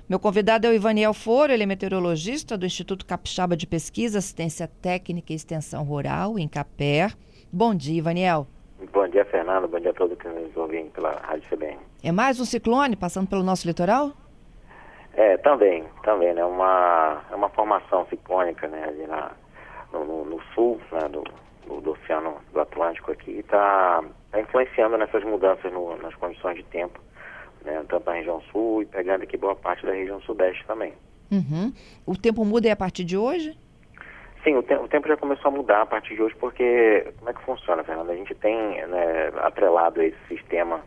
Meu convidado é o Ivaniel Foro, ele é meteorologista do Instituto Capixaba de Pesquisa, Assistência Técnica e Extensão Rural, INCAPER. Bom dia, Ivaniel. Bom dia, Fernando. Bom dia a todos que nos ouvem pela Rádio CBN. É mais um ciclone passando pelo nosso litoral? Também, né? É uma formação ciclônica, né? Ali no sul, né? do Oceano do Atlântico aqui, está influenciando nessas mudanças nas condições de tempo, né? Tanto na região sul e pegando aqui boa parte da região sudeste também. Uhum. O tempo muda a partir de hoje? Sim, o tempo já começou a mudar a partir de hoje, porque como é que funciona, Fernando? A gente tem, né, atrelado a esse sistema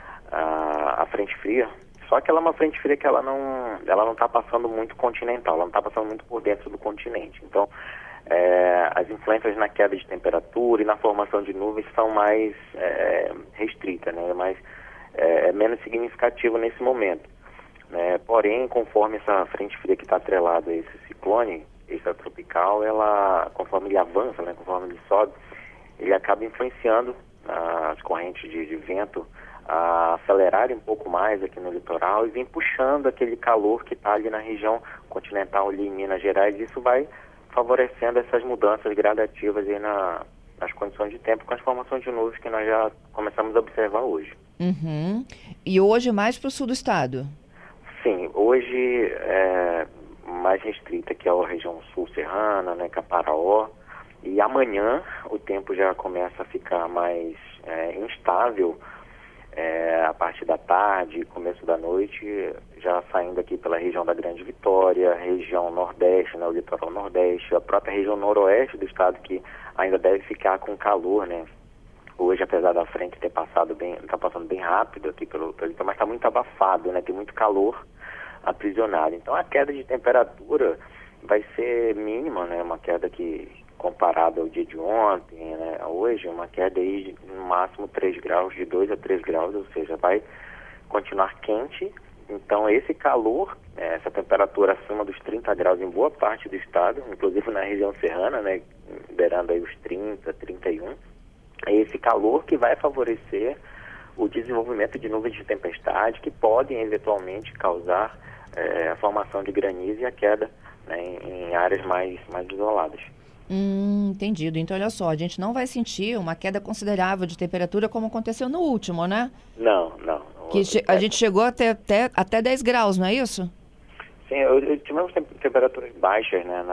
a frente fria, só que ela é uma frente fria que ela não está passando muito continental, ela não está passando muito por dentro do continente. Então, as influências na queda de temperatura e na formação de nuvens são mais restritas, né? É menos significativo nesse momento. Porém, conforme essa frente fria que está atrelada a esse ciclone extratropical, conforme ele avança, né, conforme ele sobe, ele acaba influenciando as correntes de vento a acelerarem um pouco mais aqui no litoral e vem puxando aquele calor que está ali na região continental, ali em Minas Gerais. Isso vai favorecendo essas mudanças gradativas aí nas condições de tempo, com as formações de nuvens que nós já começamos a observar hoje. Uhum. E hoje mais para o sul do estado? Sim, hoje mais restrita, que é a região sul serrana, né, Caparaó, e amanhã o tempo já começa a ficar mais instável, a partir da tarde, começo da noite, já saindo aqui pela região da Grande Vitória, região nordeste, né, o litoral nordeste, a própria região noroeste do estado, que ainda deve ficar com calor, né. Hoje, apesar da frente ter passado está passando bem rápido aqui pelo litoral, mas está muito abafado, né, tem muito calor aprisionado. Então a queda de temperatura vai ser mínima, né? Uma queda que, comparada ao dia de ontem, né? Hoje, uma queda aí de no máximo 3 graus, de 2 a 3 graus, ou seja, vai continuar quente. Então esse calor, essa temperatura acima dos 30 graus em boa parte do estado, inclusive na região serrana, né? Beirando aí os 30, 31, é esse calor que vai favorecer o desenvolvimento de nuvens de tempestade que podem eventualmente causar a formação de granizo e a queda, né, em áreas mais isoladas. Entendido. Então, olha só, a gente não vai sentir uma queda considerável de temperatura como aconteceu no último, né? Não. A gente chegou até 10 graus, não é isso? Sim, tivemos temperaturas baixas, né,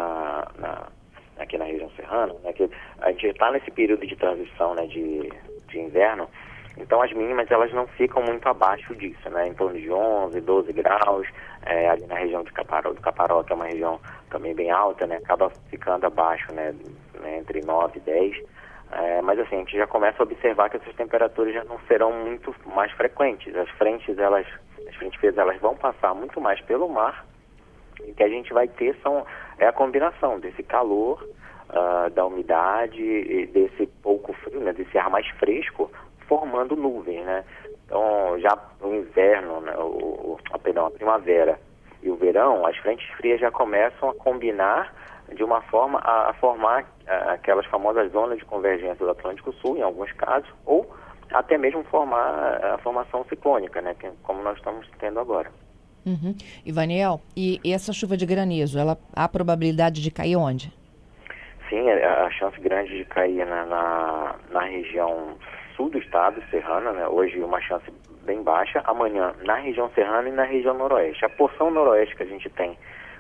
aqui na região serrana, né, que a gente está nesse período de transição, né, de inverno. Então as mínimas elas não ficam muito abaixo disso, né? Em torno de 11, 12 graus, ali na região do Caparaó, que é uma região também bem alta, né? Acaba ficando abaixo, né? Entre 9 e 10. Mas assim, a gente já começa a observar que essas temperaturas já não serão muito mais frequentes. As frentes frias elas vão passar muito mais pelo mar, e o que a gente vai ter é a combinação desse calor, da umidade e desse pouco frio, né? Desse ar mais fresco, formando nuvens, né? Então, já no inverno, né, a primavera e o verão, as frentes frias já começam a combinar de uma forma a formar aquelas famosas zonas de convergência do Atlântico Sul, em alguns casos, ou até mesmo formar a formação ciclônica, né? Como nós estamos tendo agora. Uhum. Ivaniel, e essa chuva de granizo, há probabilidade de cair onde? Sim, a chance grande de cair na região sul do estado, serrana, né? Hoje uma chance bem baixa, amanhã na região serrana e na região noroeste. A porção noroeste que a gente tem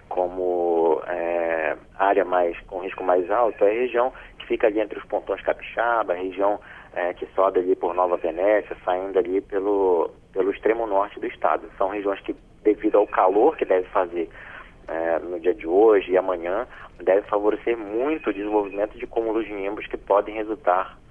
como área com risco mais alto é a região que fica ali entre os pontões Capixaba, a região que sobe ali por Nova Venécia, saindo ali pelo extremo norte do estado. São regiões que, devido ao calor que deve fazer no dia de hoje e amanhã, deve favorecer muito o desenvolvimento de cúmulos de nimbos que podem resultar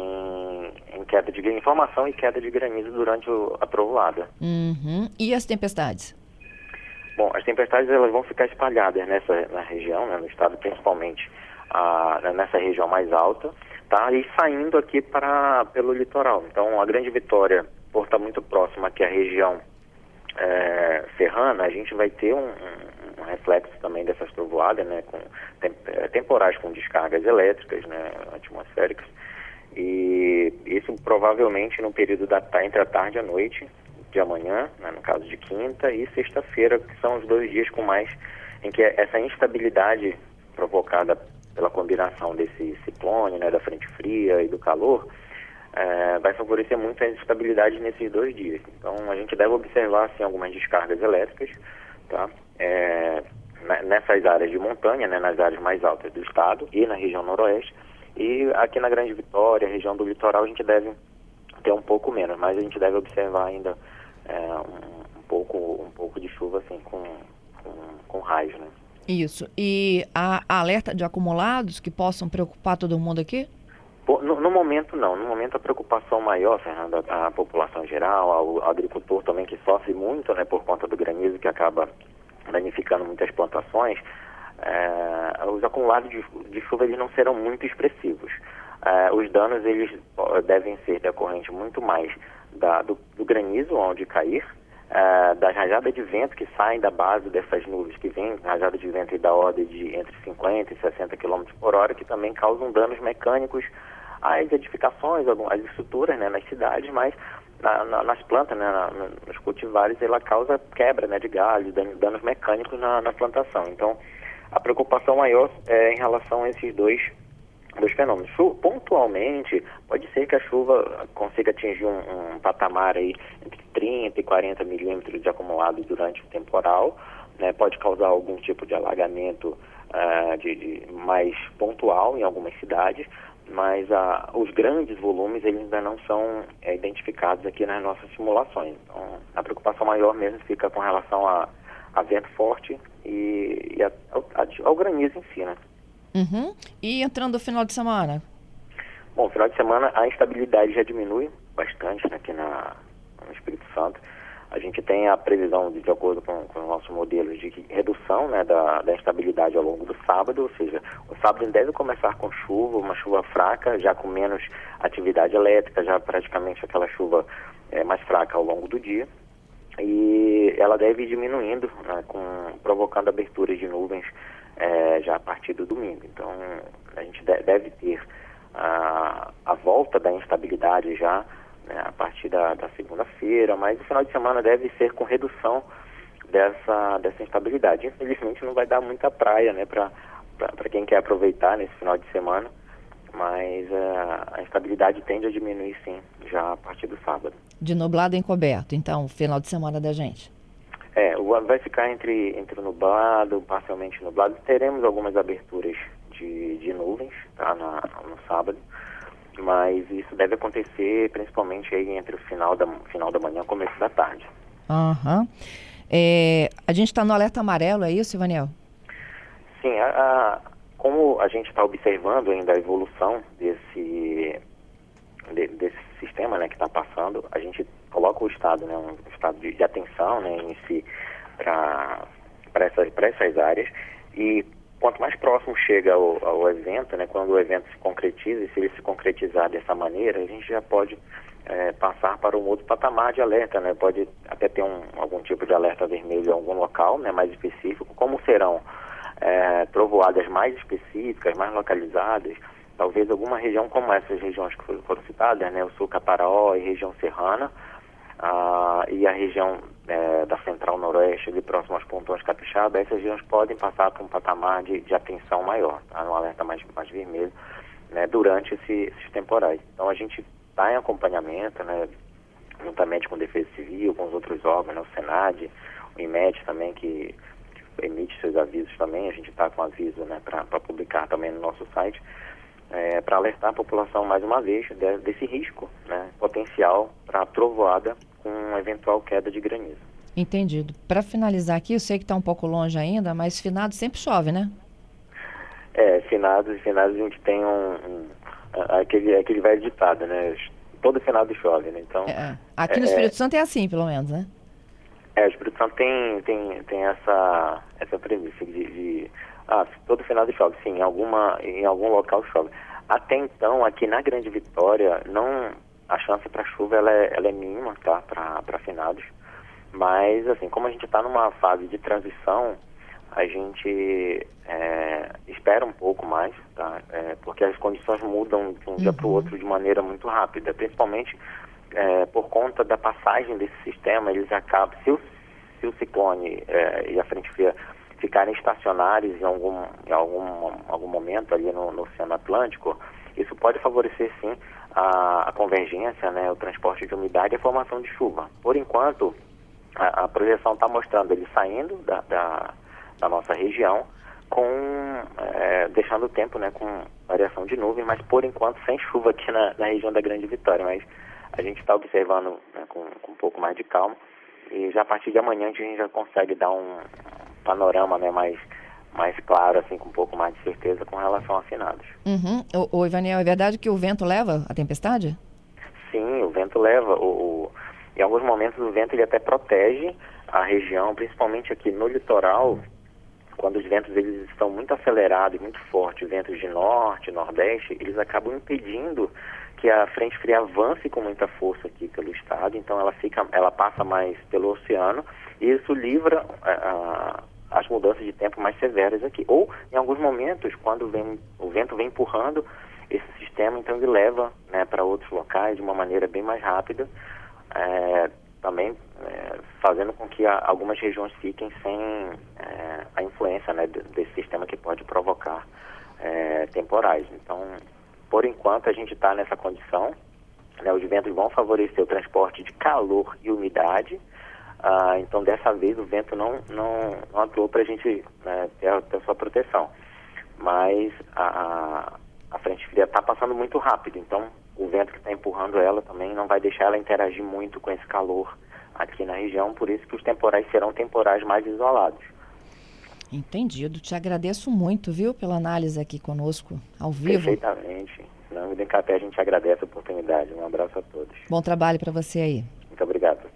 em queda de formação e queda de granizo durante a trovoada. Uhum. E as tempestades? Bom, as tempestades elas vão ficar espalhadas na região, né, no estado, principalmente nessa região mais alta, tá? E saindo aqui pelo litoral. Então, a Grande Vitória, por estar muito próxima aqui à região serrana, a gente vai ter um reflexo também dessas trovoadas, né, temporais com descargas elétricas, né, atmosféricas. E isso provavelmente no período entre a tarde e a noite, de amanhã, né, no caso de quinta, e sexta-feira, que são os 2 dias com mais, em que essa instabilidade provocada pela combinação desse ciclone, né, da frente fria e do calor, vai favorecer muito a instabilidade nesses 2 dias. Então, a gente deve observar, assim, algumas descargas elétricas, tá? Nessas áreas de montanha, né, nas áreas mais altas do estado e na região noroeste. E aqui na Grande Vitória, região do litoral, a gente deve ter um pouco menos, mas a gente deve observar ainda um pouco de chuva, assim, com raios, né? Isso. E há alerta de acumulados que possam preocupar todo mundo aqui? No momento, não. No momento, a preocupação maior, Fernanda, a população geral, ao agricultor também, que sofre muito, né, por conta do granizo, que acaba danificando muitas plantações, os acumulados de chuva eles não serão muito expressivos. Os danos eles devem ser decorrentes muito mais do granizo, onde cair, das rajadas de vento que saem da base dessas nuvens, que vêm rajada de vento da ordem de entre 50 e 60 km por hora, que também causam danos mecânicos às edificações, às estruturas, né, nas cidades, mas nas plantas, né, nos cultivares, ela causa quebra, né, de galhos, danos mecânicos na plantação. Então, a preocupação maior é em relação a esses dois fenômenos. Pontualmente, pode ser que a chuva consiga atingir um patamar aí entre 30 e 40 milímetros de acumulado durante o temporal, né? Pode causar algum tipo de alagamento de mais pontual em algumas cidades, mas os grandes volumes eles ainda não são identificados aqui nas nossas simulações. Então, a preocupação maior mesmo fica com relação a vento forte e ao granizo em si, né? Uhum. E entrando no final de semana? Bom, no final de semana a instabilidade já diminui bastante, né, aqui no Espírito Santo. A gente tem a previsão, de acordo com os nossos modelos, de redução, né, da instabilidade ao longo do sábado, ou seja, o sábado deve começar com chuva, uma chuva fraca, já com menos atividade elétrica, já praticamente aquela chuva mais fraca ao longo do dia. E ela deve ir diminuindo, né, provocando aberturas de nuvens já a partir do domingo. Então, a gente deve ter a volta da instabilidade já, né, a partir da segunda-feira, mas o final de semana deve ser com redução dessa instabilidade. Infelizmente, não vai dar muita praia, né, para quem quer aproveitar nesse final de semana, mas a instabilidade tende a diminuir, sim, já a partir do sábado. De nublado encoberto, então, o final de semana da gente. Vai ficar entre nublado, parcialmente nublado. Teremos algumas aberturas de nuvens, tá, no sábado, mas isso deve acontecer principalmente aí entre o final da manhã e começo da tarde. Uhum. A gente está no alerta amarelo, é isso, Ivaniel? Sim, como a gente está observando ainda a evolução desse sistema, né, que está passando, a gente coloca o estado, né, um estado de atenção, né, em si, para essas áreas, e quanto mais próximo chega ao evento, né, quando o evento se concretiza, e se ele se concretizar dessa maneira, a gente já pode passar para um outro patamar de alerta, né, pode até ter algum tipo de alerta vermelho em algum local, né, mais específico, como serão trovoadas mais específicas, mais localizadas. Talvez alguma região como essas regiões que foram citadas, né, o sul Caparaó e região serrana, e a região da central noroeste, ali próximo aos Pontões Capixaba, essas regiões podem passar por um patamar de atenção maior, tá, um alerta mais vermelho, né, durante esses temporais. Então a gente está em acompanhamento, né, juntamente com a Defesa Civil, com os outros órgãos, né, o Senad, o IMET também, que emite seus avisos também, a gente está com aviso, né, para publicar também no nosso site, para alertar a população mais uma vez desse risco, né, potencial para trovoada com eventual queda de granizo. Entendido. Para finalizar aqui, eu sei que está um pouco longe ainda, mas finados sempre chove, né? Finados a gente tem aquele velho ditado, né? Todo finado chove, né? Então, aqui no Espírito Santo é assim, pelo menos, né? O Espírito Santo tem essa premissa de todo finado chove. Sim, em algum local chove. Até então, aqui na Grande Vitória, a chance para chuva ela é mínima, tá? Para finados. Mas, assim, como a gente está numa fase de transição, a gente espera um pouco mais, tá? Porque as condições mudam de um dia para o outro de maneira muito rápida, principalmente por conta da passagem desse sistema, eles acabam, se o ciclone e a frente fria ficarem estacionários em algum momento ali no Oceano Atlântico, isso pode favorecer sim a convergência, né, o transporte de umidade e a formação de chuva. Por enquanto, a projeção está mostrando ele saindo da nossa região, deixando o tempo, né, com variação de nuvem, mas por enquanto sem chuva aqui na região da Grande Vitória. Mas a gente está observando, né, com um pouco mais de calma, e já a partir de amanhã a gente já consegue dar um panorama, né, mais claro, assim, com um pouco mais de certeza com relação a finados. Uhum. Ô, Ivaniel, é verdade que o vento leva a tempestade? Sim, o vento leva. Em alguns momentos o vento ele até protege a região, principalmente aqui no litoral, quando os ventos eles estão muito acelerados e muito fortes, ventos de norte, nordeste, eles acabam impedindo que a frente fria avance com muita força aqui pelo estado. Então ela passa mais pelo oceano e isso livra as mudanças de tempo mais severas aqui. Ou, em alguns momentos, quando o vento vem empurrando esse sistema, então ele leva, né, para outros locais de uma maneira bem mais rápida, também fazendo com que algumas regiões fiquem sem a influência, né, desse sistema que pode provocar temporais. Então, por enquanto, a gente está nessa condição, né, os ventos vão favorecer o transporte de calor e umidade. Então, dessa vez, o vento não atuou para a gente, né, ter a sua proteção. Mas a frente fria está passando muito rápido, então o vento que está empurrando ela também não vai deixar ela interagir muito com esse calor aqui na região, por isso que os temporais serão temporais mais isolados. Entendido. Te agradeço muito, viu, pela análise aqui conosco, ao vivo. Perfeitamente. Em nome do Encapé, a gente agradece a oportunidade. Um abraço a todos. Bom trabalho para você aí. Muito obrigado.